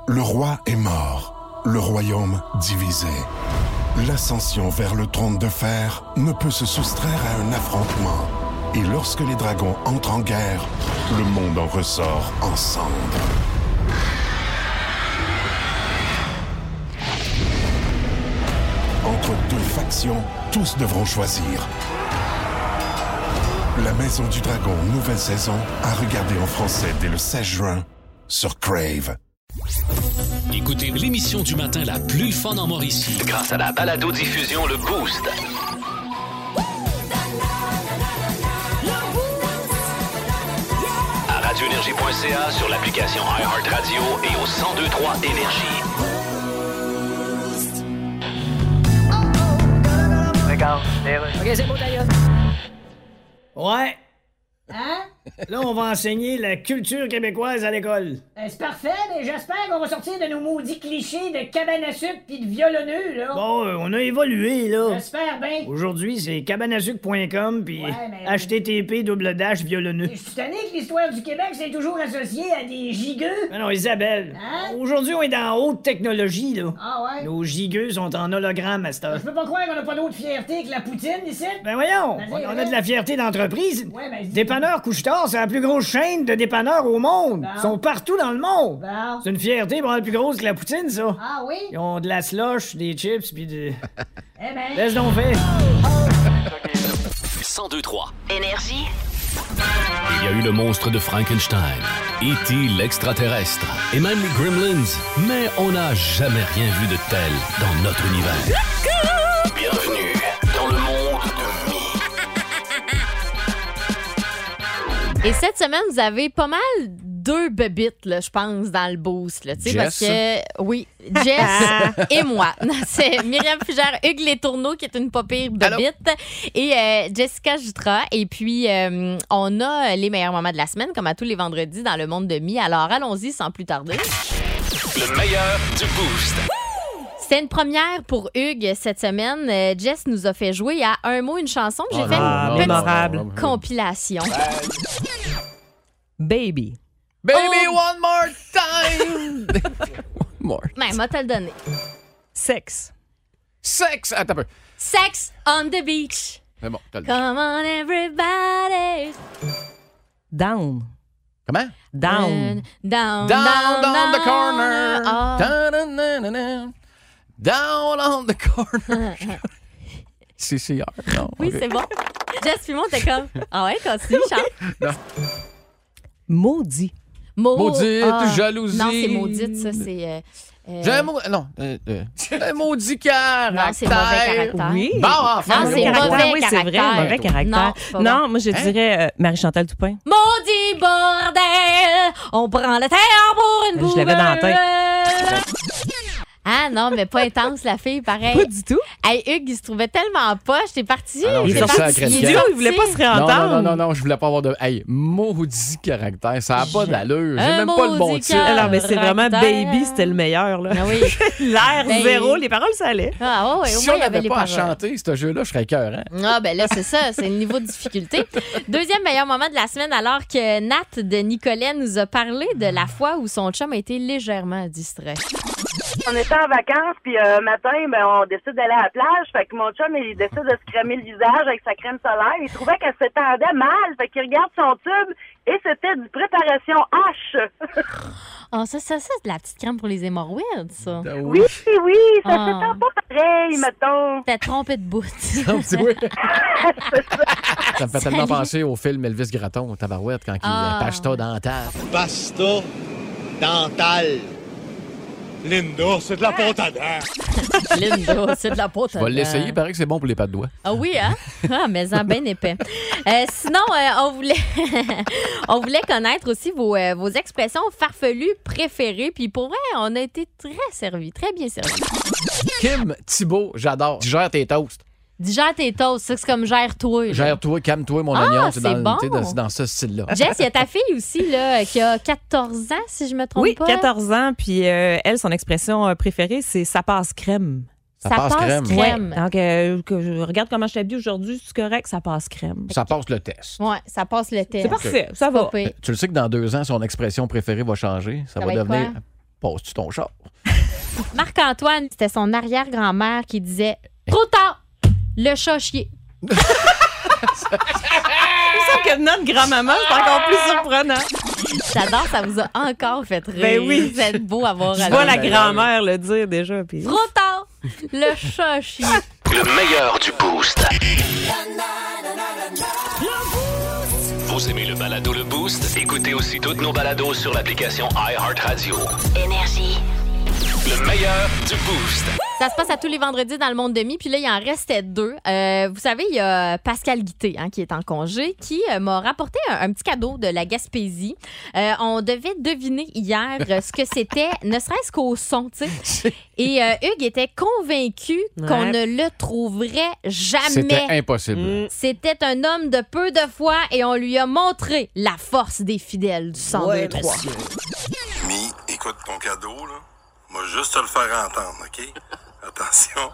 Le roi est mort, le royaume divisé. L'ascension vers le trône de fer ne peut se soustraire à un affrontement. Et lorsque les dragons entrent en guerre, le monde en ressort en cendres. Entre deux factions, tous devront choisir. La Maison du Dragon, nouvelle saison, à regarder en français dès le 16 juin sur Crave. Écoutez l'émission du matin la plus fun en Mauricie grâce à la balado-diffusion Le Boost. À radioénergie.ca, sur l'application iHeartRadio et au 1023 Énergie. Regarde, OK, c'est beau d'ailleurs. Ouais. Hein? Là, on va enseigner la culture québécoise à l'école. C'est parfait, mais j'espère qu'on va sortir de nos maudits clichés de cabane à sucre pis de violonneux, là. Bon, on a évolué, là. J'espère bien. Aujourd'hui, c'est cabanasucre.com puis Ouais, mais- http://violonneux. Je suis tanné que l'histoire du Québec, c'est toujours associé à des gigueux. Mais non, Isabelle. Hein? Aujourd'hui, on est dans haute technologie, là. Ah ouais? Nos gigueux sont en hologramme à cette heure. Je peux pas croire qu'on a pas d'autre fierté que la poutine, ici. Ben voyons, Vas-y, on a de la fierté d'entreprise. Ouais, mais... Dépanneur Couche-Tard, c'est la plus grosse chaîne de dépanneurs au monde. Bon. Ils sont partout dans le monde. Bon. C'est une fierté pour être plus grosse que la poutine, ça. Ah oui? Ils ont de la slush, des chips, puis de... Eh ben... Laisse donc faire. 1023 Énergie. Il y a eu le monstre de Frankenstein, E.T. l'extraterrestre et même les Gremlins, mais on n'a jamais rien vu de tel dans notre univers. Bienvenue dans le monde de Mi. Et cette semaine, vous avez pas mal deux bébites, là, je pense, dans le boost. Là, Jess? parce que, oui, Jess et moi. C'est Myriam Fugère, Hugues Létourneau, qui est une pas pire bébite, et Jessica Jutra. Et puis, on a les meilleurs moments de la semaine, comme à tous les vendredis, dans le monde de Mi. Alors, allons-y sans plus tarder. Le meilleur du boost. C'est une première pour Hugues cette semaine. Jess nous a fait jouer à un mot, une chanson. J'ai fait une mémorable. petite compilation. Baby. Baby, one more time! One more. Ben, moi, te le donner. Sexe. Sex! Attends un peu. Sex on the beach. C'est bon, t'as le Come on, everybody. Down. Comment? Down. Down, Down the corner. Ah. Da-da-da-da-da. Down on the corner. CCR, non? Oui, ok. c'est bon. Jess puis moi, t'es comme... Ah ouais, continue, chante. Maudit. Maudite, jalousie. Non, c'est maudite, ça, c'est... J'ai un mot... Non. Un maudit caractère. Non, c'est mauvais caractère. Oui. Bon, enfin. Non, c'est caractère, mauvais oui, c'est vrai, caractère. mauvais caractère. Non, c'est pas bon. Non, moi, je dirais Marie-Chantal Toupin. Maudit bordel, on prend la terre pour une Je l'avais dans la tête. poubelle. Ah non, mais pas intense, la fille, pareil. Pas du tout. Hey, Hugues, il se trouvait tellement poche. T'es parti. Ah non, Il est j'ai sorti ça à du Chrétien. studio, il voulait pas se réentendre. Non, je voulais pas avoir de... Hey, maudit caractère, ça a pas d'allure. J'ai Un même pas le bon maudit titre. Alors, mais c'est vraiment Caractère. Baby, c'était le meilleur, là. Ah oui. L'air Ben, zéro, les paroles, ça allait. Ah ouais, au Si moins, on il y avait n'avait les pas à paroles. chanter, ce jeu-là, je serais cœur, hein? Ah, ben là, c'est ça, c'est le niveau de difficulté. Deuxième meilleur moment de la semaine, alors que Nat de Nicolet nous a parlé de la fois où son chum a été légèrement distrait. On était en vacances, puis matin, ben, on décide d'aller à la plage. Fait que mon chum, il décide de se cramer le visage avec sa crème solaire. Il trouvait qu'elle s'étendait mal. Fait qu'il regarde son tube et c'était du préparation H. Ah, ça, c'est de la petite crème pour les hémorroïdes, ça. Oui, ça Ah. s'étend pas pareil, mettons. T'es trompé de bout. Oui. Ça me fait tellement penser au film Elvis Gratton, Tabarouette, quand il pasta dental. Pasta dental. Linda, c'est de la pâte à dents. Linda, c'est de la pâte à Je vais dents. l'essayer, il paraît que c'est bon pour les pas de doigts. Ah oui, hein? Ah, mais en bien épais. Sinon, on voulait connaître aussi vos expressions farfelues préférées. Puis pour vrai, on a été très servis, très bien servis. Kim Thibault, j'adore. Digère tes toasts. Digère tes toasts, ça, c'est comme gère-toi. là. Gère-toi, calme-toi, mon Ah, oignon. c'est dans, bon. tu sais, dans ce style-là. Jess, il y a ta fille aussi, là, qui a 14 ans, si je me trompe Oui, pas. 14 ans, puis elle, son expression préférée, c'est « ça passe crème ». Ça passe crème. Ouais. Donc, je regarde comment je t'habille aujourd'hui, c'est correct, ça passe crème. Ça passe le test. Ouais, ça passe le test. C'est parfait, ça va. Pas pire. Tu le sais que dans 2 ans, son expression préférée va changer. Ça va va être devenir quoi? Passes-tu ton char? Marc-Antoine, c'était son arrière-grand-mère qui disait « Trop tard! Le chat chier. » C'est ça que notre grand-maman, c'est encore plus surprenant. J'adore, ça vous a encore fait rire. Ben oui. Vous êtes beau à voir. Je vois la grand-mère le dire déjà. Puis... Trop tard! Le chat chier. Le meilleur du Boost. Vous aimez le balado Le Boost? Écoutez aussi toutes nos balados sur l'application iHeartRadio. Énergie. Le meilleur du Boost. Ça se passe à tous les vendredis dans le monde de mi. Puis là, il en restait 2. Vous savez, il y a Pascal Guité, qui est en congé, qui m'a rapporté un petit cadeau de la Gaspésie. On devait deviner hier ce que c'était, ne serait-ce qu'au son, tu sais. Et Hugues était convaincu qu'on ne le trouverait jamais. C'était impossible. C'était un homme de peu de foi et on lui a montré la force des fidèles du 102-3. Mi, écoute ton cadeau, là. Moi, juste te le faire entendre, OK? Attention.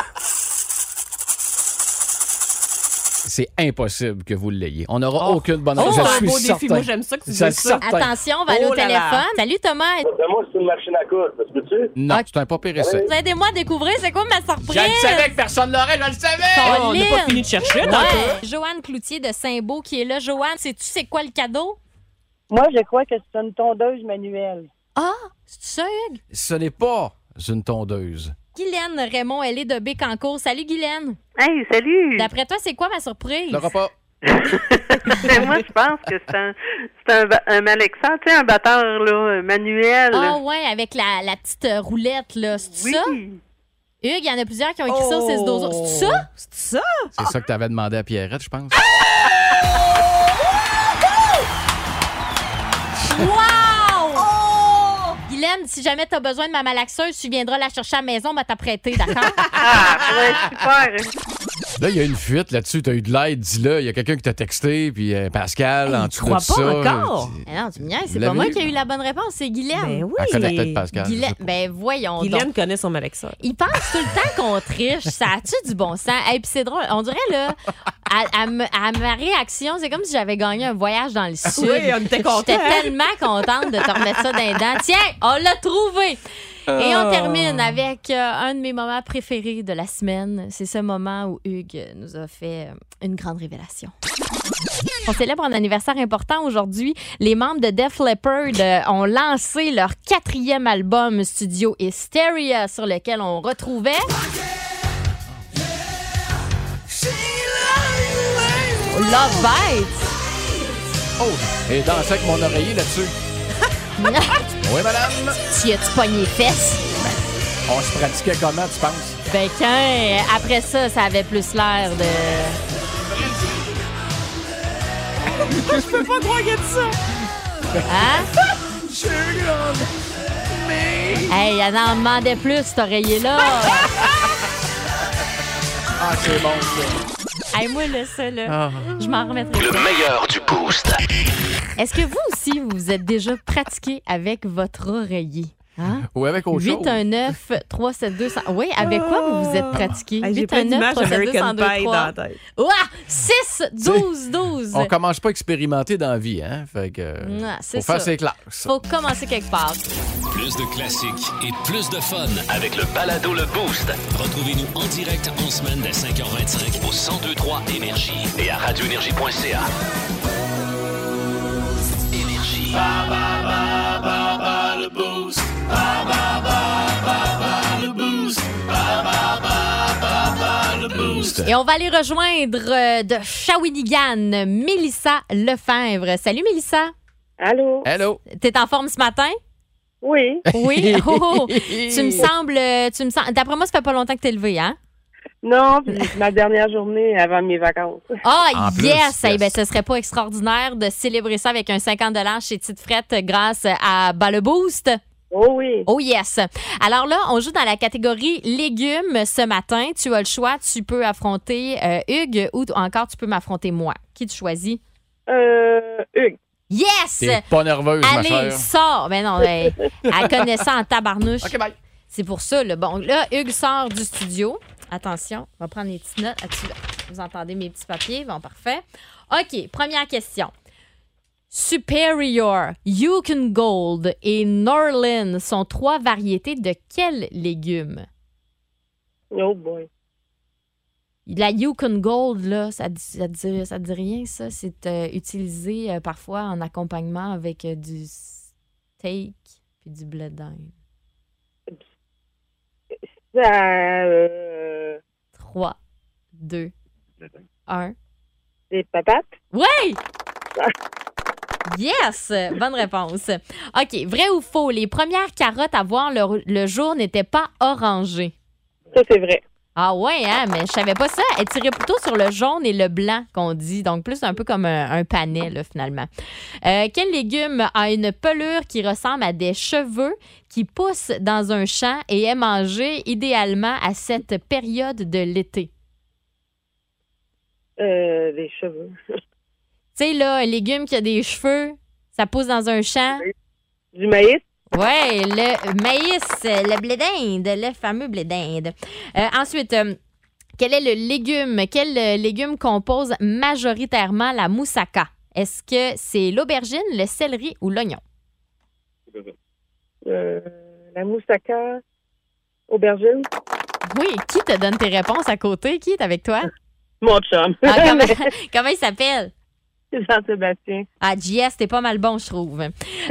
C'est impossible que vous l'ayez. On n'aura aucune bonne Oh, réponse. c'est Je un suis beau défi. certain. Moi, j'aime ça que tu dises ça. Attention, on va aller au là là. téléphone. Salut Thomas. Moi, c'est une machine à coudre. Ça se peut-tu? Non, c'est un pas pire essai. Aidez-moi à découvrir c'est quoi ma surprise. Je le savais que personne l'aurait, je le savais! Oh, on n'a pas fini de chercher, tantôt. Ouais. Joanne Cloutier de Saint-Beau qui est là. Joanne, sais-tu c'est quoi le cadeau? Moi, je crois que c'est une tondeuse manuelle. Ah, c'est ça, Hugues? Ce n'est pas une tondeuse. Guylaine Raymond, elle est de Bécancour. Salut, Guylaine. Hey, salut! D'après toi, c'est quoi ma surprise? Le repas. Moi, je pense que c'est un malaxant, tu sais, un batteur là, manuel. Ah ouais, avec la petite roulette, là. C'est ça? Hugues, il y en a plusieurs qui ont écrit ça au 6-12. C'est ça? C'est ça? C'est ça que tu avais demandé à Pierrette, je pense. Wow! Guylaine, si jamais tu as besoin de ma malaxeuse, tu viendras la chercher à la maison, va t'apprêter, d'accord? Super! Là, il y a une fuite là-dessus. Tu as eu de l'aide, dis-le. Il y a quelqu'un qui t'a texté, puis Pascal, en dessous de crois ça. pas encore? Non, tu me niaises, c'est Vous pas moi l'avez qui ai eu la bonne réponse, c'est Guylaine. Ben oui. Elle connaît peut-être Pascal. je sais Guylaine, pas. ben voyons donc. Guylaine connaît son malaxeur. Il pense tout le temps qu'on triche. Ça a-tu du bon sens? Et puis c'est drôle. On dirait, là, à ma réaction, c'est comme si j'avais gagné un voyage dans le sud. Oui, on était contents. J'étais tellement contente de te remettre ça dans les dents. Tiens, on l'a trouvé! Et on termine avec un de mes moments préférés de la semaine. C'est ce moment où Hugues nous a fait une grande révélation. On célèbre un anniversaire important aujourd'hui. Les membres de Def Leppard ont lancé leur 4e album studio Hysteria, sur lequel on retrouvait... Love Bites. Oh, et dansait avec mon oreiller là-dessus. Oui, madame. Tu as-tu pogné les fesses? On se pratiquait comment, tu penses? Ben, après ça, ça avait plus l'air de... Je peux pas croire qu'il y a de ça. Hein? Hey, elle en demandait plus, cet oreiller-là. Ah, c'est bon, ça. Hey, moi, là, ça, là, je m'en remettrai Le pas. meilleur du Boost. Est-ce que vous aussi, vous vous êtes déjà pratiqué avec votre oreiller? Hein? Ou avec autre chose. 819-372... Oui, avec quoi vous vous êtes pratiqué? Hey, j'ai plein d'images American Pie dans la 819-372-1023. tête. Ouah! 6-12-12. On commence pas à expérimenter dans la vie, hein? Fait que. C'est faut faire ça. ses classes. Faut commencer quelque part. Plus de classiques et plus de fun avec le balado Le Boost. Retrouvez-nous en direct en semaine dès 5h25 au 1023 Énergie et à radioénergie.ca. Énergie. Le Boost. Le Boost. Le Boost. Et on va aller rejoindre de Shawinigan, Mélissa Lefebvre. Salut, Mélissa. Allô? Hello. T'es en forme ce matin? Oui. Oui? Oh, tu me sembles... D'après moi, ça fait pas longtemps que t'es levé, hein? Non, puis c'est ma dernière journée avant mes vacances. Ah, En plus, yes! Eh yes. ben, ce serait pas extraordinaire de célébrer ça avec un 50$ chez Tite Frette grâce à Le Boost? Oh oui. Oh yes! Alors là, on joue dans la catégorie légumes ce matin. Tu as le choix. Tu peux affronter Hugues ou encore tu peux m'affronter moi. Qui tu choisis? Hugues. Yes! T'es pas nerveuse, ma Allez, chère. sors! Ben non, elle connaît ça en tabarnouche. OK, bye. C'est pour ça. Là. Bon, là, Hugues sort du studio. Attention, on va prendre les petites notes. Vous entendez mes petits papiers? Bon, parfait. OK, première question. Superior, Yukon Gold et Norlin sont 3 variétés de quels légumes? Oh boy. La Yukon Gold, là, ça dit rien, ça? C'est utilisé parfois en accompagnement avec du steak puis du blé d'Inde. 3, 2, 1. Des patates? Oui! Yes! Bonne réponse. OK, vrai ou faux? Les premières carottes à voir le jour n'étaient pas orangées. Ça, c'est vrai. Ah ouais, hein? Mais je savais pas ça. Elle tirait plutôt sur le jaune et le blanc qu'on dit. Donc, plus un peu comme un panais, là, finalement. Quel légume a une pelure qui ressemble à des cheveux qui poussent dans un champ et est mangé idéalement à cette période de l'été? Des cheveux. Tu sais, là, un légume qui a des cheveux, ça pousse dans un champ. Du maïs? Oui, le maïs, le blé d'Inde, le fameux blé d'Inde. Ensuite, quel légume compose majoritairement la moussaka? Est-ce que c'est l'aubergine, le céleri ou l'oignon? La moussaka, aubergine. Oui, qui te donne tes réponses à côté? Qui est avec toi? Mon chum. Ah, comment il s'appelle? Jean-Sébastien. Ah, JS, t'es pas mal bon, je trouve.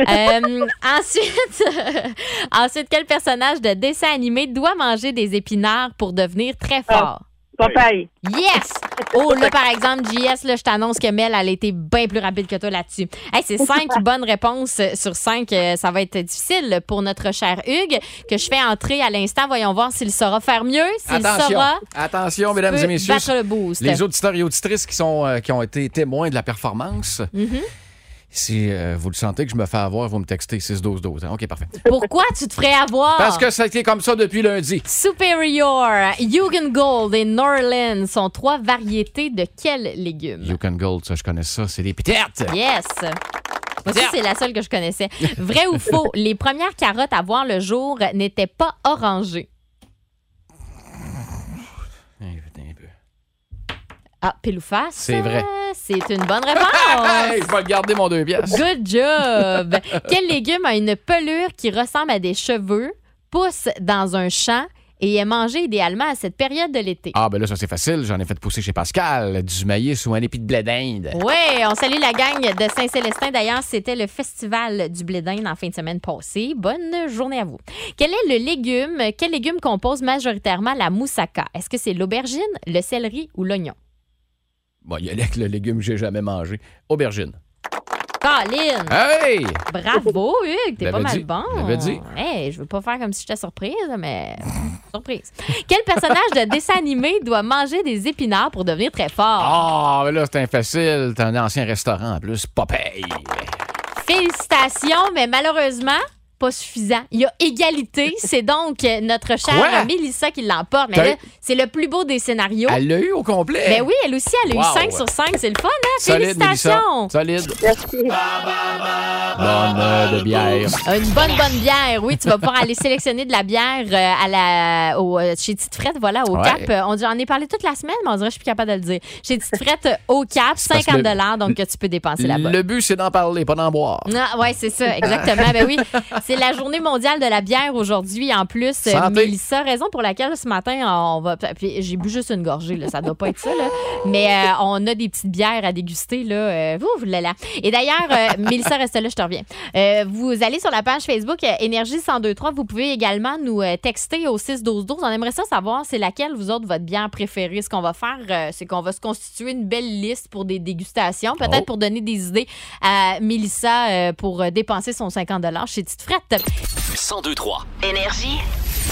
Ensuite, quel personnage de dessin animé doit manger des épinards pour devenir très fort? Popeye. Yes! Oh, là, par exemple, JS, là, je t'annonce que Mel, elle a été bien plus rapide que toi là-dessus. Hey, c'est 5 bonnes réponses sur 5. Ça va être difficile pour notre cher Hugues, que je fais entrer à l'instant. Voyons voir s'il saura faire mieux. Attention, mesdames et messieurs. Battre le boost. Les auditeurs et auditrices qui ont été témoins de la performance. Mm-hmm. Si vous le sentez que je me fais avoir, vous me textez 6-12-12. OK, parfait. Pourquoi tu te ferais avoir? Parce que ça a été comme ça depuis lundi. Superior, Yukon Gold et Norlin sont 3 variétés de quels légumes? Yukon Gold, ça, je connais ça. C'est des pitates. Yes! Moi aussi, c'est la seule que je connaissais. Vrai ou faux, les premières carottes à voir le jour n'étaient pas orangées? Ah, pile ou face? C'est vrai. C'est une bonne réponse. Hey, je vais garder mon 2 piastres. Good job. Quel légume a une pelure qui ressemble à des cheveux, pousse dans un champ et est mangé idéalement à cette période de l'été? Ah, ben là, ça, c'est facile. J'en ai fait pousser chez Pascal du maïs ou un épi de blé d'Inde. Oui, on salue la gang de Saint-Célestin. D'ailleurs, c'était le festival du blé d'Inde en fin de semaine passée. Bonne journée à vous. Quel légume compose majoritairement la moussaka? Est-ce que c'est l'aubergine, le céleri ou l'oignon? Bon, il y a le légume que j'ai jamais mangé. Aubergine. Colin! Hey! Bravo, Hugues! T'es pas mal bon. Je l'avais dit. Hey, je veux pas faire comme si j'étais surprise, mais surprise. Quel personnage de dessin animé doit manger des épinards pour devenir très fort? Ah, mais là, c'est facile. T'as un ancien restaurant en plus. Popeye. Félicitations, mais malheureusement, pas suffisant. Il y a égalité. C'est donc notre chère Mélissa qui l'emporte. Mais là, c'est le plus beau des scénarios. Elle l'a eu au complet. Ben oui, elle aussi, elle a eu 5 sur 5. C'est le fun, hein? Solide, félicitations. Solide. Merci. Bonne de bière. Une bonne bière. Oui, tu vas pouvoir aller sélectionner de la bière chez Tite Frette, voilà, au Cap. On en est parlé toute la semaine, mais on dirait que je suis plus capable de le dire. Chez Tite Frette, au Cap, 50 $, donc tu peux dépenser là-bas. Le but, c'est d'en parler, pas d'en boire. Ah, ouais, c'est ça, exactement. Ben oui, c'est la journée mondiale de la bière aujourd'hui. En plus, Mélissa, raison pour laquelle ce matin, on va... Puis j'ai bu juste une gorgée, là, ça doit pas être ça, là. Mais on a des petites bières à déguster, là. Là. Et d'ailleurs, Mélissa, reste là, je te reviens. Vous allez sur la page Facebook Énergie 1023. Vous pouvez également nous texter au 6-12-12. On aimerait ça savoir c'est laquelle, vous autres, votre bière préférée. Ce qu'on va faire, c'est qu'on va se constituer une belle liste pour des dégustations, peut-être pour donner des idées à Mélissa pour dépenser son 50 $ chez Tite Frette. 1023. Énergie.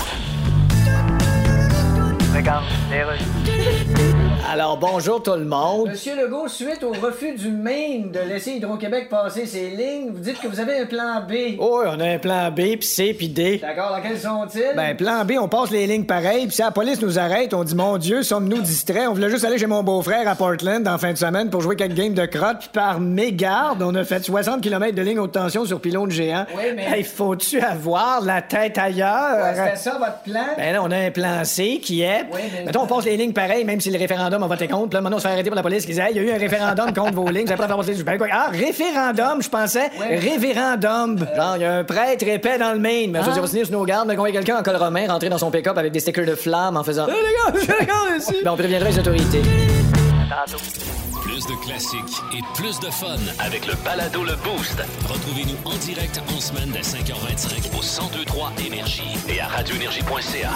Regarde, Alors, bonjour tout le monde. Monsieur Legault, suite au refus du Maine de laisser Hydro-Québec passer ses lignes, vous dites que vous avez un plan B. Oh, on a un plan B, puis C, puis D. D'accord, lesquels sont-ils? Ben, plan B, on passe les lignes pareilles, puis si la police nous arrête, on dit, mon Dieu, sommes-nous distraits? On voulait juste aller chez mon beau-frère à Portland en fin de semaine pour jouer quelques games de crotte, puis par mégarde, on a fait 60 km de ligne haute tension sur pylône géant. Oui, mais... Hey, faut-tu avoir la tête ailleurs? Ouais, c'était ça, votre plan? Ben là, on a un plan C qui est... Oui, mais... Mettons, on passe les lignes pareilles, même si le référendum référendum, on votait contre. Puis là, maintenant, on se fait arrêter par la police qui disait, hey, il y a eu un référendum contre vos lignes. Vous avez pas faire passer du quoi? Ah, référendum, je pensais. Révérendum. Genre, il y a un prêtre épais dans le Maine. Mais je vais signer sur nos gardes, mais qu'on voit quelqu'un en col romain rentrer dans son pick-up avec des stickers de flammes en faisant, les gars, ici. Ben, on préviendra les autorités. Plus de classiques et plus de fun avec le balado Le Boost. Retrouvez-nous en direct en semaine dès 5h25 au 1023 Énergie et à radioénergie.ca.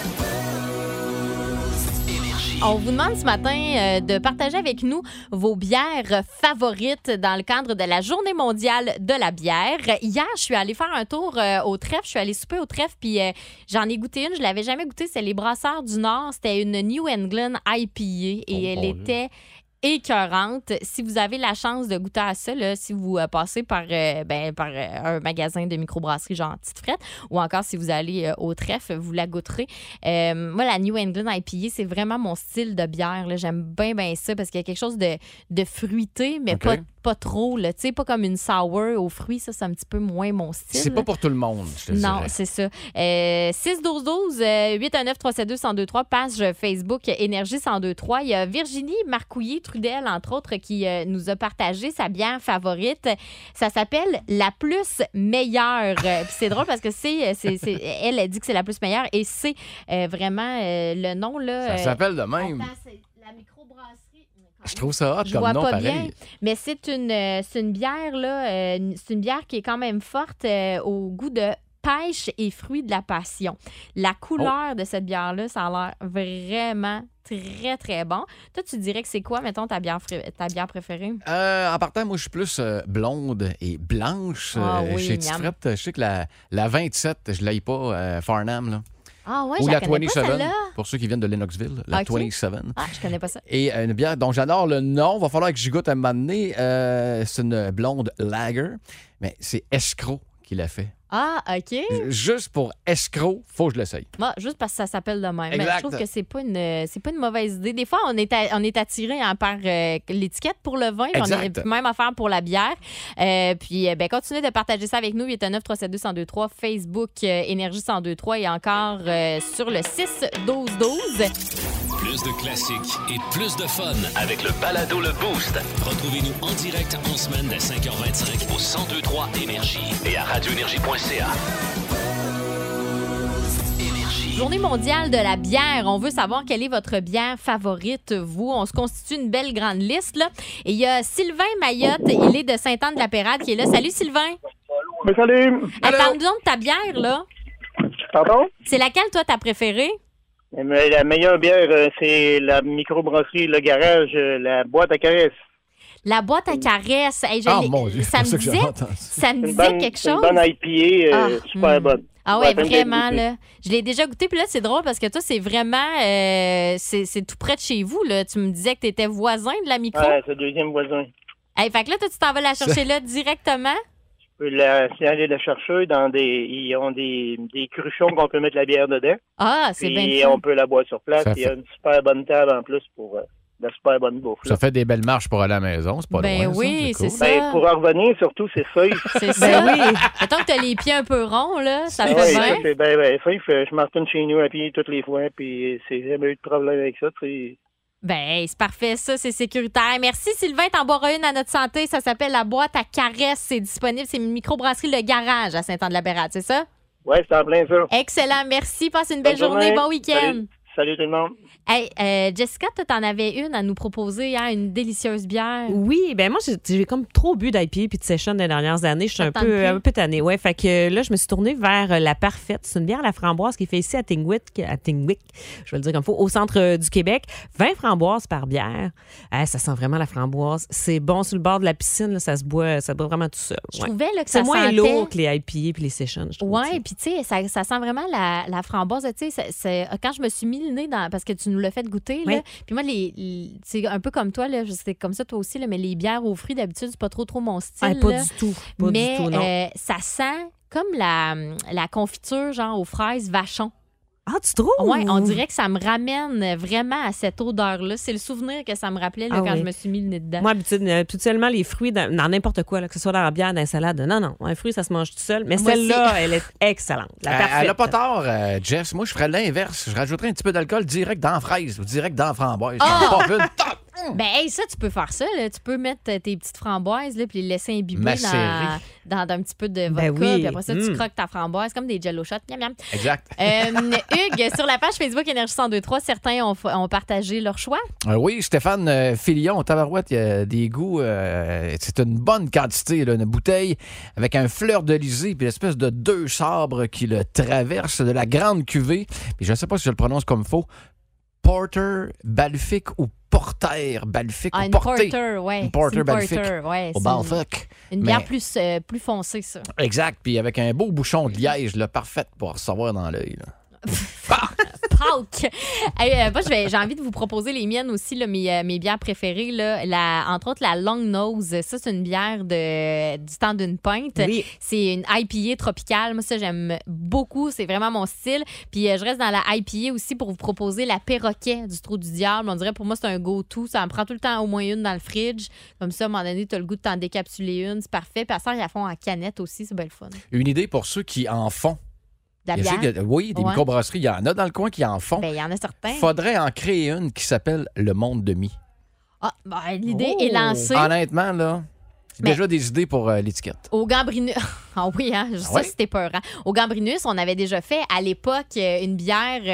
On vous demande ce matin de partager avec nous vos bières favorites dans le cadre de la Journée mondiale de la bière. Hier, je suis allée faire un tour au trèfle. Je suis allée souper au trèfle, puis j'en ai goûté une. Je l'avais jamais goûtée. C'est les Brasseurs du Nord. C'était une New England IPA et elle était écœurante. Si vous avez la chance de goûter à ça, là, si vous passez par un magasin de microbrasserie genre Petite Frette, ou encore si vous allez au trèfle, vous la goûterez. Moi, la New England IPA, c'est vraiment mon style de bière. Là. J'aime bien ça parce qu'il y a quelque chose de fruité, mais pas trop. Là. Pas comme une sour aux fruits. Ça, c'est un petit peu moins mon style. C'est pas pour tout le monde, je te dirais. Non, c'est ça. 6-12-12, 819-372-1023, page Facebook Énergie 1023. Il y a Virginie Marcouillet-Trudel, entre autres, qui nous a partagé sa bière favorite. Ça s'appelle La Plus Meilleure. Puis c'est drôle parce que elle a dit que c'est la plus meilleure et c'est vraiment le nom. Là, ça s'appelle de même. C'est la microbrasserie. Je trouve ça hot Je comme vois nom, pas pareil. bien, mais c'est une bière là, c'est une bière qui est quand même forte au goût de pêche et fruits de la passion. La couleur de cette bière-là, ça a l'air vraiment très, très bon. Toi, tu dirais que c'est quoi, mettons, ta bière préférée? En partant, moi, je suis plus blonde et blanche. Chez Petite Frette, je sais que la 27, je l'aille pas, Farnham, là. Ah ouais, ou je la connais pas 27, celle-là. pour ceux qui viennent de Lennoxville, la 27. Ah, je connais pas ça. Et une bière dont j'adore le nom, va falloir que j'y goûte à un moment donné. C'est une blonde lager, mais c'est Escroc qui l'a fait. Ah, OK. Juste pour Escroc, faut que je l'essaye. Moi, juste parce que ça s'appelle de même. Exact. Mais je trouve que c'est pas une mauvaise idée. Des fois, on est attiré par l'étiquette pour le vin. Exact. On est même affaire pour la bière. Puis, continuez de partager ça avec nous. 819-372-1023, Facebook Énergie 1023 et encore sur le 6-12-12. Plus de classiques et plus de fun avec le balado Le Boost. Retrouvez-nous en direct en semaine dès 5h25 au 1023 Énergie et à radioénergie.ca. Journée mondiale de la bière. On veut savoir quelle est votre bière favorite, vous. On se constitue une belle grande liste, là. Et il y a Sylvain Mayotte, il est de Sainte-Anne-de-la-Pérade qui est là. Salut, Sylvain. Mais salut. Parle-nous donc de ta bière, là. Pardon? C'est laquelle, toi, ta préférée? Mais la meilleure bière, c'est la microbrasserie Le Garage, la boîte à caresses. La boîte à caresses. Hey, mon Dieu, ça me c'est ça que disait, j'ai entendu. ça me disait quelque chose. Une bonne IPA, super bonne. Ah ouais, Ouais, vraiment, goûter. là. Je l'ai déjà goûté, puis là, c'est drôle parce que toi, c'est vraiment... c'est tout près de chez vous, là. Tu me disais que tu étais voisin de la micro. Ouais, c'est le deuxième voisin. Hey, fait que là, toi, tu t'en vas la chercher là directement? Je peux aller la chercher ils ont des cruchons qu'on peut mettre la bière dedans. Ah, c'est bien Et fun. on peut la boire sur place. Ça Il y a une super bonne table en plus pour de la super bonne bouffe. Ça fait des belles marches pour aller à la maison, c'est pas Ben loin, oui, ça, c'est cool. ça. Ben, pour en revenir, surtout, c'est safe. C'est ça. Mettons que t'as les pieds un peu ronds, là. Ça fait Oui, bien. ça, c'est bien safe. Je m'en retourne chez nous à pied toutes les fois, puis c'est jamais eu de problème avec ça. Tu sais. Ben, c'est parfait, ça, c'est sécuritaire. Merci, Sylvain. T'en boiras une à notre santé. Ça s'appelle la boîte à caresses. C'est disponible. C'est une microbrasserie Le Garage à Sainte-Anne-de-la-Pérade, c'est ça? Oui, c'est en plein ça. Excellent. Merci. Passe une belle Bonne journée. journée. Bon week-end. Salut tout le monde. Hey, Jessica, toi, t'en avais une à nous proposer, hein, une délicieuse bière. Oui, ben moi, j'ai comme trop bu d'IPA puis de session des dernières années. Je suis un peu tannée. Ouais, fait que là, je me suis tournée vers La Parfaite. C'est une bière à la framboise qui est fait ici à Tingwick, je vais le dire comme il faut, au centre du Québec. 20 framboises par bière. Ça sent vraiment la framboise. C'est bon sur le bord de la piscine, là, ça se boit vraiment tout seul. Je trouvais là, que c'est ça moins sentait... lourd que les IPA puis les sessions, je trouve. Ouais, puis tu sais, ça sent vraiment la framboise. Tu sais, quand je me suis mis le nez dans... Parce que tu nous l'as fait goûter, là. Puis moi, c'est un peu comme toi, là. C'est comme ça, toi aussi, là, mais les bières aux fruits, d'habitude, c'est pas trop mon style. Pas là. du tout. Pas mais du tout, non. ça sent comme la confiture, genre aux fraises vachon. Ah, tu trouves? Oui, on dirait que ça me ramène vraiment à cette odeur-là. C'est le souvenir que ça me rappelait là, quand je me suis mis le nez dedans. Moi, habituellement, les fruits, dans n'importe quoi, là, que ce soit dans la bière, dans la salade, non, un fruit, ça se mange tout seul. Mais celle-là, elle est excellente. Elle n'a pas tort, Jess. Moi, je ferais l'inverse. Je rajouterais un petit peu d'alcool direct dans la fraise ou direct dans la framboise. Ben, ça, tu peux faire ça. Là. Tu peux mettre tes petites framboises là, puis les laisser imbiber dans un petit peu de vodka. Puis après ça, tu croques ta framboise comme des jello shots. Miam, miam. Exact. Hugues, sur la page Facebook Énergie 102.3, certains ont partagé leur choix. Oui, Stéphane Filion, tabarouette, il y a des goûts. C'est une bonne quantité, là, une bouteille avec un fleur d'Elysée puis l'espèce de 2 sabres qui le traversent de la grande cuvée. Puis je ne sais pas si je le prononce comme il faut. Porter, Balfic ou Porter, Balfic ou Porter. Porter, oui. Une Porter, Balfic ouais, au Balfic. Une bière plus foncée, ça. Exact. Puis avec un beau bouchon de liège, là, parfait pour recevoir dans l'œil. Pâques! Moi, j'ai envie de vous proposer les miennes aussi, là, mes bières préférées. Là. Entre autres, la Long Nose. Ça, c'est une bière du temps d'une pinte. Oui. C'est une IPA tropicale. Moi, ça, j'aime beaucoup. C'est vraiment mon style. Puis, je reste dans la IPA aussi pour vous proposer la Perroquet du Trou du Diable. On dirait, pour moi, c'est un go-to. Ça me prend tout le temps au moins une dans le fridge. Comme ça, à un moment donné, tu as le goût de t'en décapsuler une. C'est parfait. Puis, à ça, ils la font en canette aussi. C'est bien le fun. Une idée pour ceux qui en font. Oui, des microbrasseries, il y en a dans le coin qui en font. Ben, il y en a certains. Il faudrait en créer une qui s'appelle Le Monde de Mi. Ah, ben, l'idée est lancée. Honnêtement, là, c'est déjà des idées pour l'étiquette. Au Gambrinus. Ah oui, hein? Ça, c'était peurant. Au Gambrinus, on avait déjà fait à l'époque une bière.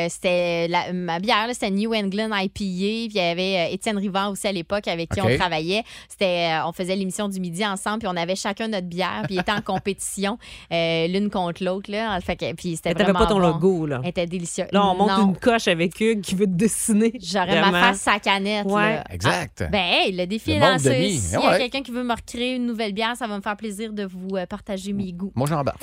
Ma bière, là, c'était New England IPA. Puis il y avait Étienne Rivard aussi à l'époque avec qui on travaillait. On faisait l'émission du midi ensemble. Puis on avait chacun notre bière. Puis il était en compétition l'une contre l'autre. Là. Puis c'était vraiment pas ton bon. Logo, là. Elle était délicieuse. Là, on monte une coche avec Hugues qui veut te dessiner. J'aurais ma face sa canette. Ouais. Là. Exact. Le défi est lancé. S'il y a quelqu'un qui veut me recréer une nouvelle bière, ça va me faire plaisir de vous partager mes goûts. Moi, j'embarque.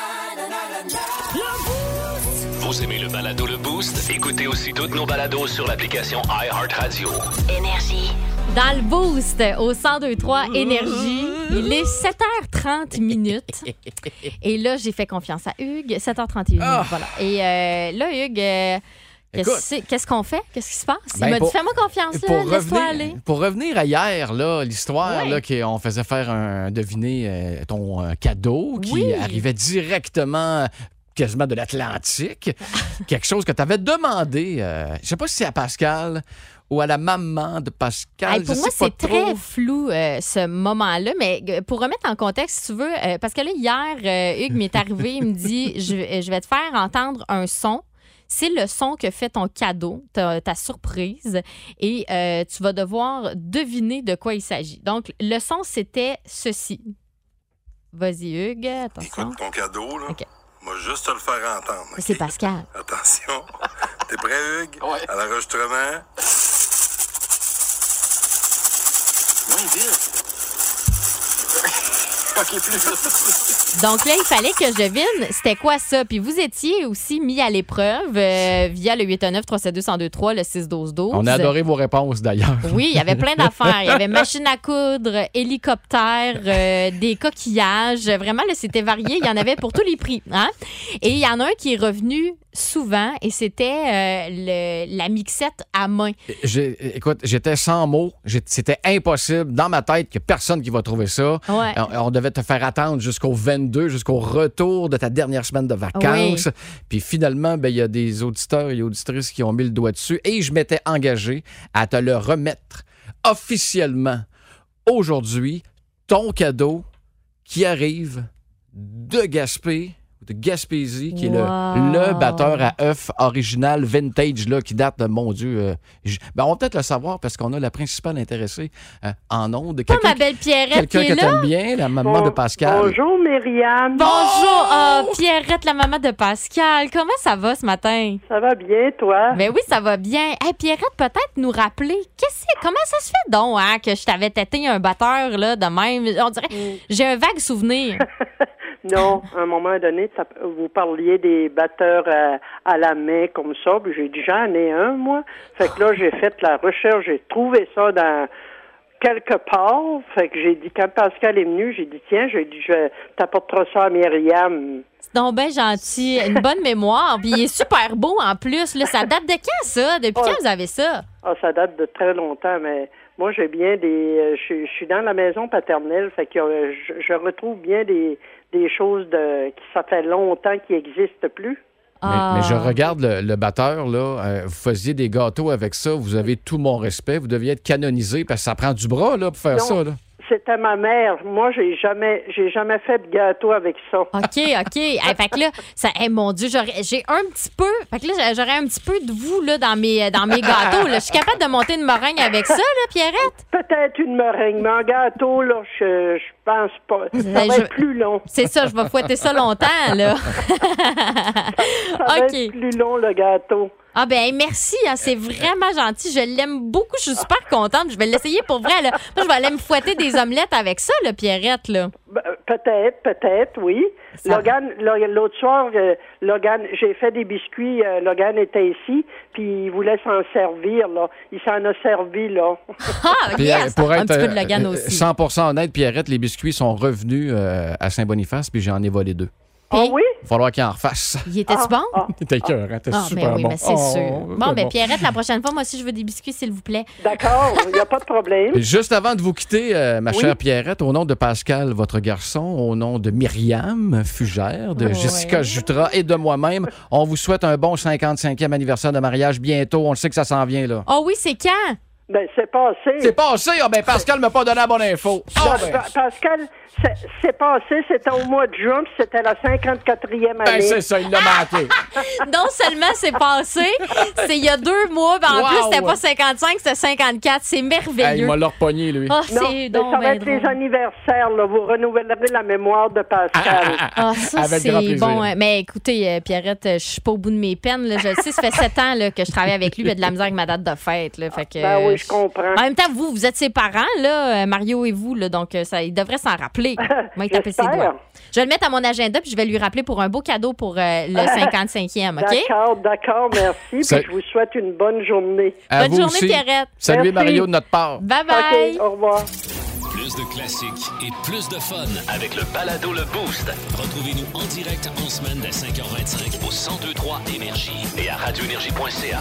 Vous aimez le balado Le Boost? Écoutez aussi toutes nos balados sur l'application iHeartRadio. Énergie. Dans le Boost, au 102.3 Énergie, il est 7h30 minutes. Et là, j'ai fait confiance à Hugues. 7h31 minutes, voilà. Et là, Hugues... Qu'est-ce qu'on fait? Qu'est-ce qui se passe? Il m'a dit, fais-moi confiance, là, laisse-toi aller. Pour revenir à hier, là, l'histoire là, qu'on faisait faire deviner ton cadeau qui arrivait directement quasiment de l'Atlantique. Quelque chose que tu avais demandé, je sais pas si c'est à Pascal ou à la maman de Pascal. Pour moi, c'est très flou, ce moment-là. Mais pour remettre en contexte, si tu veux, parce que là, hier, Hugues m'est arrivé, il me dit, je vais te faire entendre un son. C'est le son que fait ton cadeau, ta surprise, et tu vas devoir deviner de quoi il s'agit. Donc, le son, c'était ceci. Vas-y, Hugues, attention. Écoute ton cadeau, là. Okay. Moi, juste te le faire entendre. Okay? C'est Pascal. Attention. T'es prêt, Hugues? Oui. À l'enregistrement? Oui, vite. OK, plus vite. Donc là, il fallait que je devine c'était quoi ça. Puis vous étiez aussi mis à l'épreuve via le 819-372-1023, le 6-12-12. On a adoré vos réponses, d'ailleurs. Oui, il y avait plein d'affaires. Il y avait machine à coudre, hélicoptère, des coquillages. Vraiment, là, c'était varié. Il y en avait pour tous les prix. Hein? Et il y en a un qui est revenu souvent et c'était la mixette à main. Écoute, j'étais sans mots. C'était impossible dans ma tête qu'il n'y ait personne qui va trouver ça. Ouais. On devait te faire attendre jusqu'au 22, jusqu'au retour de ta dernière semaine de vacances. Oui. Puis finalement, il y a des auditeurs et auditrices qui ont mis le doigt dessus et je m'étais engagé à te le remettre officiellement aujourd'hui, ton cadeau qui arrive de Gaspésie, qui est le batteur à œuf original vintage là, qui date de, mon Dieu, on va peut-être le savoir parce qu'on a la principale intéressée en ondes. Ma belle Pierrette quelqu'un qui est que t'aimes bien, la maman de Pascal. Bonjour, Myriam. Bonjour, Pierrette, la maman de Pascal. Comment ça va ce matin? Ça va bien, toi? Ben oui, ça va bien. Hey, Pierrette, peut-être nous rappeler, comment ça se fait donc que je t'avais têté un batteur là, de même? On dirait, j'ai un vague souvenir. Non, à un moment donné, vous parliez des batteurs à la main comme ça, puis j'ai dit, j'en ai un, moi. Fait que là, j'ai fait la recherche, j'ai trouvé ça quelque part. Fait que j'ai dit, quand Pascal est venu, j'ai dit, tiens, je t'apporterai ça à Myriam. C'est donc bien gentil. Une bonne mémoire. Puis il est super beau en plus. Là. Ça date de quand, ça? Depuis quand vous avez ça? Ah, ça date de très longtemps, mais moi, j'ai bien des... Je suis dans la maison paternelle, fait que je retrouve bien des choses qui ça fait longtemps qui n'existent plus. Mais je regarde le batteur, là. Vous faisiez des gâteaux avec ça. Vous avez tout mon respect. Vous deviez être canonisé parce que ça prend du bras, là, pour faire ça, là. C'était ma mère. Moi, j'ai jamais fait de gâteau avec ça. OK. Hey, fait que là, mon Dieu, j'ai un petit peu... Fait que là, j'aurais un petit peu de vous, là, dans mes gâteaux, là. Je suis capable de monter une meringue avec ça, là, Pierrette? Peut-être une meringue, mais un gâteau, là, je pense pas. Ça va être plus long. C'est ça, je vais fouetter ça longtemps, là. Ça va être plus long, le gâteau. Ah ben merci, hein, c'est vraiment gentil. Je l'aime beaucoup, je suis super contente. Je vais l'essayer pour vrai. Là. Moi, je vais aller me fouetter des omelettes avec ça, là, Pierrette. Là. Peut-être, oui. Logan, l'autre soir, Logan, j'ai fait des biscuits. Logan était ici, puis il voulait s'en servir. Là. Il s'en a servi, là. Ah, yes! Pour être un petit peu de Logan aussi. 100% honnête, Pierrette, les biscuits sont revenus à Saint-Boniface, puis j'en ai volé 2. Ah oui? Il va falloir qu'il en refasse. Il était-tu bon? Il était écœurant, c'était super mais oui, bon. mais c'est sûr. Bon, ben Pierrette, la prochaine fois, moi aussi, je veux des biscuits, s'il vous plaît. D'accord, il n'y a pas de problème. Juste avant de vous quitter, ma chère Pierrette, au nom de Pascal, votre garçon, au nom de Myriam Fugère, de Jessica Jutra et de moi-même, on vous souhaite un bon 55e anniversaire de mariage bientôt. On le sait que ça s'en vient, là. Oh oui, c'est quand? Ben, c'est passé. C'est passé? Ah, ben Pascal m'a pas donné la bonne info. Pascal, c'est passé, c'était au mois de juin, puis c'était la 54e année. Ben, c'est ça, il l'a manqué. Non seulement c'est passé, c'est il y a 2 mois, ben en plus, c'était pas 55, c'était 54. C'est merveilleux. Il m'a leur pogné, lui. Oh, c'est ça va être les anniversaires, là. Vous renouvellerez la mémoire de Pascal. Ça, avec c'est grand plaisir. bon. Mais écoutez, Pierrette, je suis pas au bout de mes peines. Là. Je le sais, ça fait 7 ans là, que je travaille avec lui, mais de la misère avec ma date de fête. Là. Fait que, ben oui, je comprends. En même temps, vous êtes ses parents, là, Mario et vous, là, donc il devrait s'en rappeler. Moi, il taper ses doigts. Je vais le mettre à mon agenda puis je vais lui rappeler pour un beau cadeau pour le 55e, OK? D'accord, merci. Puis je vous souhaite une bonne journée. Bonne journée, Pierrette. Salut Mario de notre part. Bye-bye. Okay, au revoir. Plus de classiques et plus de fun avec le balado Le Boost. Retrouvez-nous en direct en semaine dès 5h25 au 1023 Énergie et à radioénergie.ca.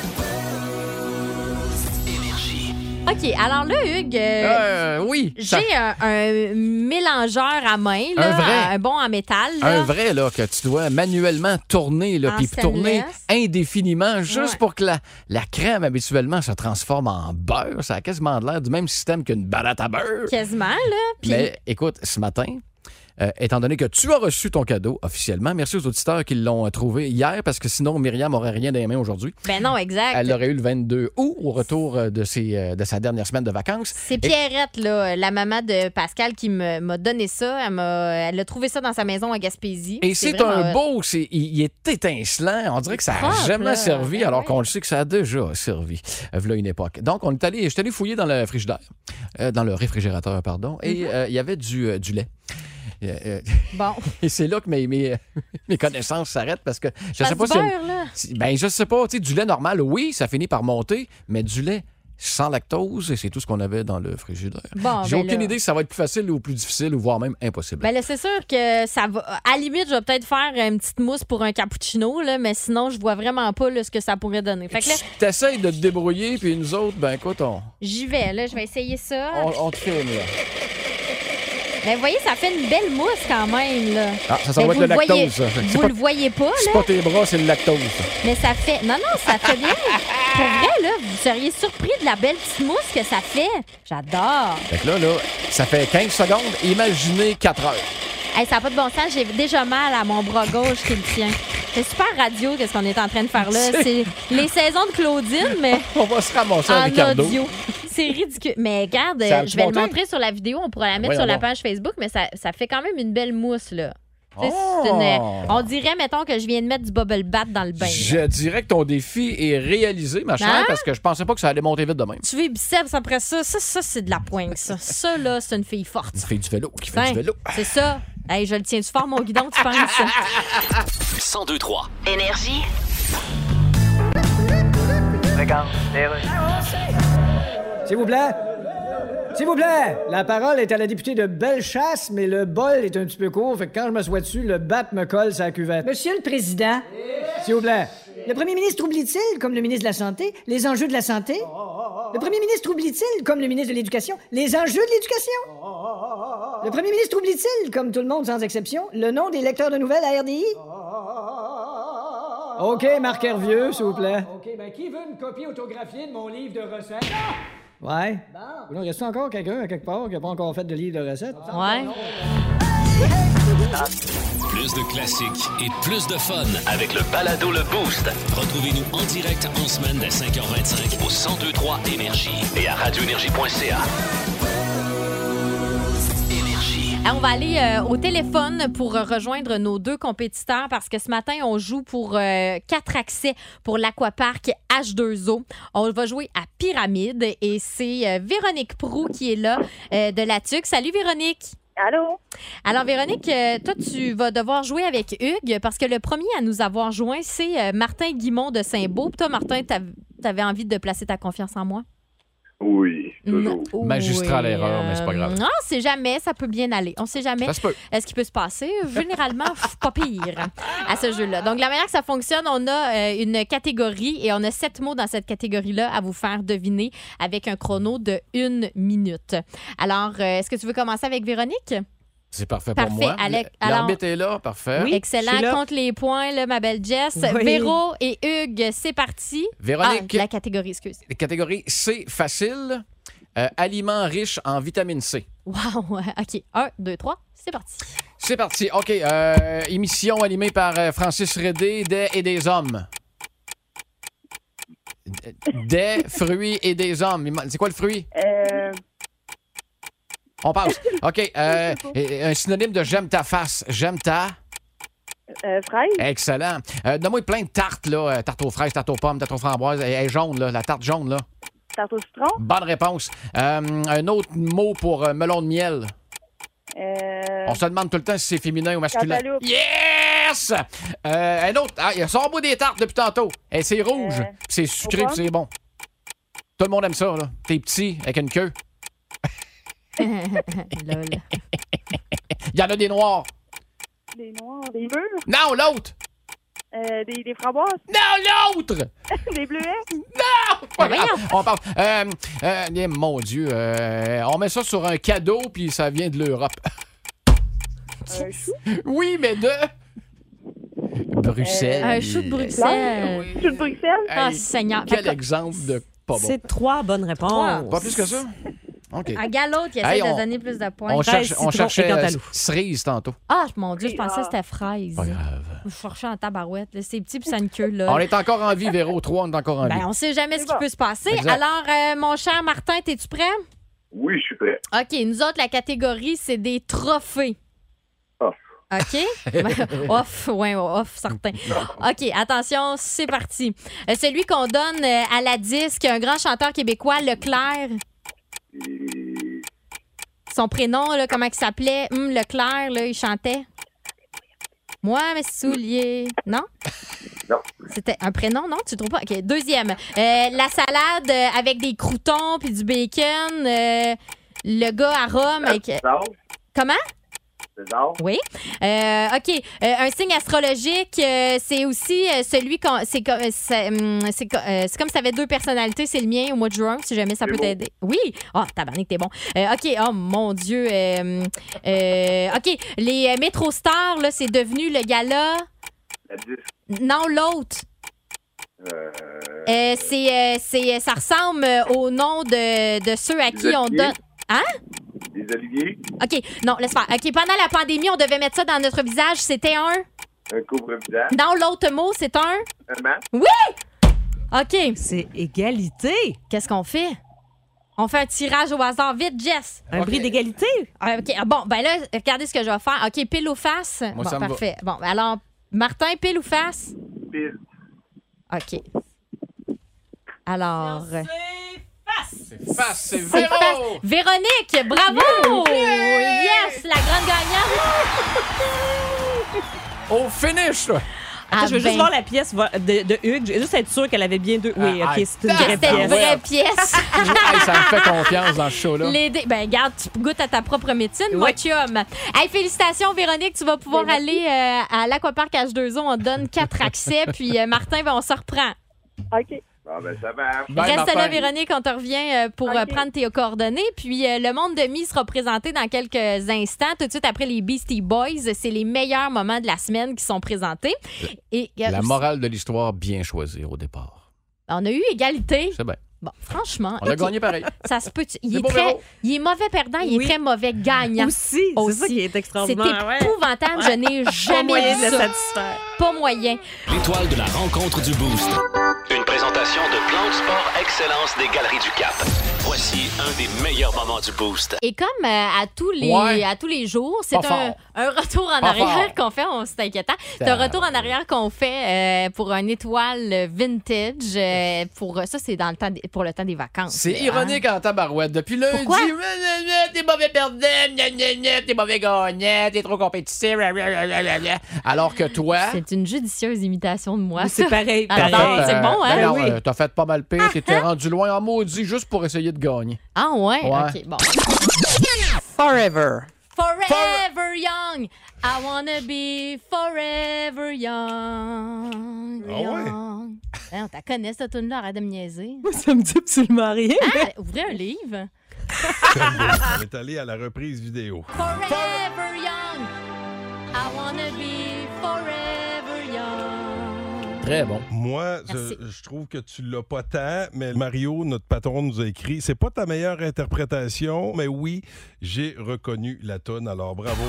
OK, alors là, Hugues, oui, j'ai un mélangeur à main, là, un bon en métal. Là. Un vrai, là, que tu dois manuellement tourner, là, puis tourner indéfiniment, juste pour que la crème, habituellement, se transforme en beurre. Ça a quasiment l'air du même système qu'une balade à beurre. Quasiment, là. Puis... Mais écoute, ce matin... étant donné que tu as reçu ton cadeau officiellement, merci aux auditeurs qui l'ont trouvé hier, parce que sinon, Myriam n'aurait rien dans les mains aujourd'hui. Ben non, exact. Elle l'aurait eu le 22 août, au retour de sa dernière semaine de vacances. C'est Pierrette, là, la maman de Pascal, qui m'a donné ça. Elle a trouvé ça dans sa maison à Gaspésie. Et c'est un beau... il est étincelant. On dirait que ça n'a jamais servi, alors qu'on le sait que ça a déjà servi. Voilà une époque. Donc, je suis allé fouiller dans le frigidaire, dans le réfrigérateur, pardon, et il y avait du lait. Bon. Et c'est là que mes connaissances s'arrêtent parce que je sais pas si beurre, là. Ben je sais pas, tu sais, du lait normal, oui, ça finit par monter, mais du lait sans lactose, et c'est tout ce qu'on avait dans le frigidaire. Bon, j'ai aucune idée si ça va être plus facile ou plus difficile ou voire même impossible. Ben là, c'est sûr que ça va. À la limite, je vais peut-être faire une petite mousse pour un cappuccino, là, mais sinon, je vois vraiment pas là, ce que ça pourrait donner. Fait que là, t'essayes de te débrouiller, puis nous autres, ben écoute, j'y vais, là, je vais essayer ça. On te filme, là. Mais vous voyez, ça fait une belle mousse quand même, là. Ah, ça va être le lactose, ça. Vous le voyez pas, là? C'est pas tes bras, c'est le lactose. Mais ça fait... Non, ça fait bien. Pour vrai, là, vous seriez surpris de la belle petite mousse que ça fait. J'adore. Fait que là, ça fait 15 secondes. Imaginez 4 heures. Hey, ça n'a pas de bon sens. J'ai déjà mal à mon bras gauche qui me tient. C'est super radio, qu'est-ce qu'on est en train de faire là. C'est les saisons de Claudine, mais... On va se ramasser en Ricardo. Audio. C'est ridicule. Mais regarde, je vais le montrer sur la vidéo. On pourra la mettre sur la page Facebook, mais ça fait quand même une belle mousse, là. On dirait, mettons, que je viens de mettre du bubble bath dans le bain. Je dirais que ton défi est réalisé, ma chère, parce que je pensais pas que ça allait monter vite de même. Tu veux biceps après ça? Ça, c'est de la pointe, ça. Ça, là, c'est une fille forte. Une fille du vélo qui fait du vélo. C'est ça. Hey, je le tiens-tu fort, mon guidon, tu penses? 1023 Énergie. S'il vous plaît. S'il vous plaît, la parole est à la députée de Bellechasse, mais le bol est un petit peu court, fait que quand je m'assois dessus, le bat me colle sa cuvette. Monsieur le Président, S'il vous plaît. le premier ministre oublie-t-il, comme le ministre de la Santé, les enjeux de la santé? Le premier ministre oublie-t-il, comme le ministre de l'Éducation, les enjeux de l'éducation? Le premier ministre oublie-t-il, comme tout le monde sans exception, le nom des lecteurs de nouvelles à RDI? OK, Marc Hervieux, s'il vous plaît. OK, ben qui veut une copie autographiée de mon livre de recettes? Ouais. Bon. Il reste encore quelqu'un, à quelque part, qui n'a pas encore fait de livre de recettes? Ouais. Plus de classiques et plus de fun avec le balado Le Boost. Retrouvez-nous en direct en semaine dès 5h25 au 1023 Énergie et à radioénergie.ca. On va aller au téléphone pour rejoindre nos 2 compétiteurs parce que ce matin, on joue pour 4 accès pour l'Aquapark H2O. On va jouer à Pyramide et c'est Véronique Proulx qui est là de la TUC. Salut Véronique! Allô? Alors Véronique, toi tu vas devoir jouer avec Hugues parce que le premier à nous avoir joint, c'est Martin Guimond de Saint-Beau. Toi Martin, t'avais envie de placer ta confiance en moi? Oui, toujours. Magistral erreur, mais c'est pas grave. Non, on sait jamais, ça peut bien aller. On sait jamais Ça se peut. ce qui peut se passer. Généralement, pas pire à ce jeu-là. Donc, la manière que ça fonctionne, on a une catégorie et on a 7 mots dans cette catégorie-là à vous faire deviner avec un chrono de 1 minute. Alors, est-ce que tu veux commencer avec Véronique? C'est parfait pour moi. L'arbitre est là, parfait. Oui, excellent. Compte les points, là, ma belle Jess. Oui. Véro et Hugues, c'est parti. Véronique. La catégorie, excuse. La catégorie C, facile. Aliments riches en vitamine C. Wow, OK. 1, 2, 3, c'est parti. C'est parti. OK. Émission animée par Francis Redé, Des et des hommes. Des fruits et des hommes. C'est quoi le fruit? On passe. OK. Un synonyme de j'aime ta face. J'aime ta... Fraise. Excellent. Donne-moi plein de tartes, là. Tarte aux fraises, tarte aux pommes, tarte aux framboises. Elle est jaune, là. La tarte jaune, là. Tarte au citron. Bonne réponse. Un autre mot pour melon de miel. On se demande tout le temps si c'est féminin ou masculin. Cantaloupe. Yes! Un autre. Ah, il sort au bout des tartes depuis tantôt. Et c'est rouge. Puis c'est sucré, puis c'est bon. Tout le monde aime ça, là. T'es petit, avec une queue. Il y en a des noirs. Des noirs, des mûrs. Non, l'autre. Des framboises. Non, l'autre. Des bleuets. Non! On parle. Mon Dieu. On met ça sur un cadeau, puis ça vient de l'Europe. Un chou. Oui, mais de... Bruxelles. Un chou de Bruxelles. Oui. Chou de Bruxelles. Ah, Seigneur. Quel exemple de pas bon. C'est 3 bonnes réponses. Pas plus que ça? OK. Regarde l'autre qui essaie de donner plus de points. On Citron cherchait et cantaloupe. cerise tantôt. Ah, mon Dieu, je pensais que c'était fraise. Pas grave. Je cherchais en tabarouette. Là. C'est petit puis ça a une queue, là. On est encore en vie, Véro. 3, on est encore en vie. On sait jamais ce qui peut se passer. Exact. Alors, mon cher Martin, es-tu prêt? Oui, je suis prêt. OK, nous autres, la catégorie, c'est des trophées. Off. OK? Off, certain. OK, attention, c'est parti. Celui qu'on donne à la disque, un grand chanteur québécois, Leclerc. Son prénom, là, comment il s'appelait? Leclerc, là, il chantait. Moi, mes souliers. Non? Non. C'était un prénom, non? Tu trouves pas? OK, deuxième. La salade avec des croûtons puis du bacon. Le gars à Rome avec... Comment? César. Oui. OK. Un signe astrologique, c'est aussi celui qu'on. C'est comme si ça avait 2 personnalités. C'est le mien au mois de juin, si jamais ça peut t'aider. Oui. Oh, tabarnak, t'es bon. OK. Oh, mon Dieu. OK. Les Métro Stars, là, c'est devenu le gala. La 10. Non, l'autre. Ça ressemble au nom de ceux à qui on donne. Hein? Des oliviers. OK, non, laisse faire. OK, pendant la pandémie, on devait mettre ça dans notre visage. C'était un couvre-visage. Dans l'autre mot, c'est un masque. Oui! OK. C'est égalité. Qu'est-ce qu'on fait? On fait un tirage au hasard. Vite, Jess. Un bris d'égalité? OK, bon, ben là, regardez ce que je vais faire. OK, pile ou face? Moi, bon, ça me parfait. Bon, alors, Martin, pile ou face? Pile. OK. Alors... C'est face, c'est C'est Véro! face. Véronique, bravo! Yes, la grande gagnante! Au finish, là. Attends, je veux juste voir la pièce de Hugues. Je veux juste être sûre qu'elle avait bien deux. Oui, OK, c'est une vraie C'était une vraie pièce. Hey, ça me fait confiance dans ce show-là. Ben, garde, tu goûtes à ta propre médecine, moi, chum. Hey, félicitations, Véronique. Tu vas pouvoir aller à l'Aquapark H2O. On donne 4 accès. Puis, Martin, on se reprend. OK. Bon, ben, ça va. Reste là, Véronique, on te revient pour prendre tes coordonnées. Puis le monde de mi sera présenté dans quelques instants, tout de suite après les Beastie Boys. C'est les meilleurs moments de la semaine qui sont présentés. Et, la morale de l'histoire bien choisie au départ. On a eu égalité. C'est bien. Bon, franchement. On a gagné pareil. Ça se peut. Il est mauvais perdant, il est très mauvais gagnant. Aussi. C'est ça qui est extraordinaire. C'est épouvantable. Je n'ai jamais vu ça. Pas moyen. L'étoile de la rencontre du Boost. Une présentation de Plan de Sport Excellence des Galeries du Cap. Voici un des meilleurs moments du Boost. Et comme à tous les jours, c'est un retour en arrière qu'on fait. C'est inquiétant. C'est un retour en arrière qu'on fait pour une étoile vintage. Ça, c'est dans le temps pour le temps des vacances. C'est ironique en tabarouette. Depuis lundi, t'es mauvais perdant, t'es mauvais gagnant, t'es trop compétitif. Alors que toi... C'est une judicieuse imitation de moi. C'est pareil. C'est bon, hein? Non, t'as fait pas mal pire. T'étais rendu loin en maudit juste pour essayer de gagner. Ah ouais? OK, bon. Forever young. I wanna be forever young. Ah ouais? T'as connais cette tune-là, arrête de me niaiser. Ça me dit absolument rien. Ouvrez un livre. On est allé à la reprise vidéo. Forever young. I wanna be forever young. Très bon. Moi, je trouve que tu l'as pas tant, mais Mario, notre patron, nous a écrit. C'est pas ta meilleure interprétation, mais oui, j'ai reconnu la toune. Alors, bravo.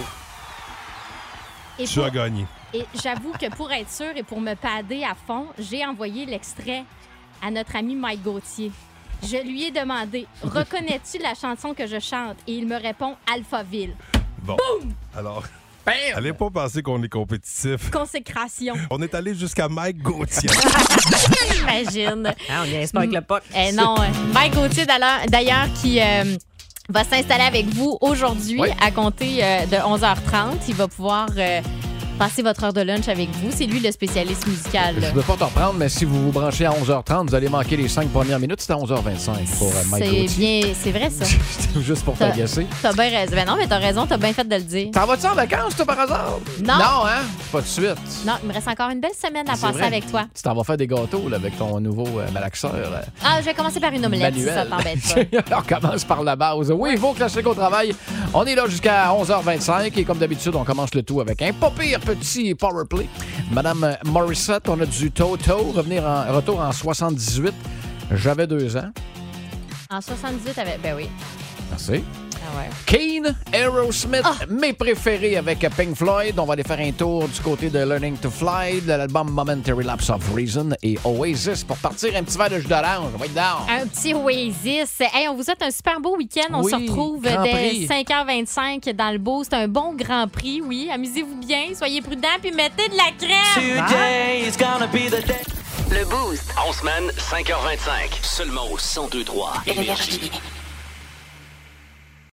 Tu as gagné. Et j'avoue que pour être sûre et pour me padder à fond, j'ai envoyé l'extrait à notre ami Mike Gauthier. Je lui ai demandé « Reconnais-tu la chanson que je chante? » Et il me répond « Alphaville. » Bon. Boum! Alors, allez pas penser qu'on est compétitif. Consécration. On est allé jusqu'à Mike Gauthier. Imagine. On y est pas avec le POC. Non, Mike Gauthier, d'ailleurs, qui... va s'installer avec vous aujourd'hui à compter de 11h30. Il va pouvoir passer votre heure de lunch avec vous. C'est lui le spécialiste musical. Je ne veux pas t'en reprendre, mais si vous vous branchez à 11h30, vous allez manquer les 5 premières minutes. C'est à 11h25 pour Mike Gauthier. C'est vrai, ça. Juste pour t'agacer. T'as bien raison. Ben non, mais t'as raison. T'as bien fait de le dire. T'en vas-tu en vacances, toi, par hasard? Non. Non, hein? Pas de suite. Non, il me reste encore une belle semaine à passer avec toi. Tu t'en vas faire des gâteaux là, avec ton nouveau malaxeur. Je vais commencer par une omelette, si ça t'embête pas. On commence par la base. Oui, vos classiques au travail. On est là jusqu'à 11h25 et comme d'habitude, on commence le tout avec un pas pire petit power play. Madame Morissette, on a du Toto, retour en 78. J'avais 2 ans. En 78, ben oui. Merci. Ah ouais. Keane, Aerosmith, mes préférés avec Pink Floyd. On va aller faire un tour du côté de Learning to Fly, de l'album Momentary Lapse of Reason et Oasis pour partir un petit verre de jus d'orange. On va être down. Un petit Oasis. Hey, on vous souhaite un super beau week-end. On se retrouve dès 5h25 dans le beau. C'est un bon Grand Prix, oui. Amusez-vous bien, soyez prudents, puis mettez de la crème. Today is gonna be the day. Le Boost. En semaine, 5h25. Seulement au 102.3 Énergie.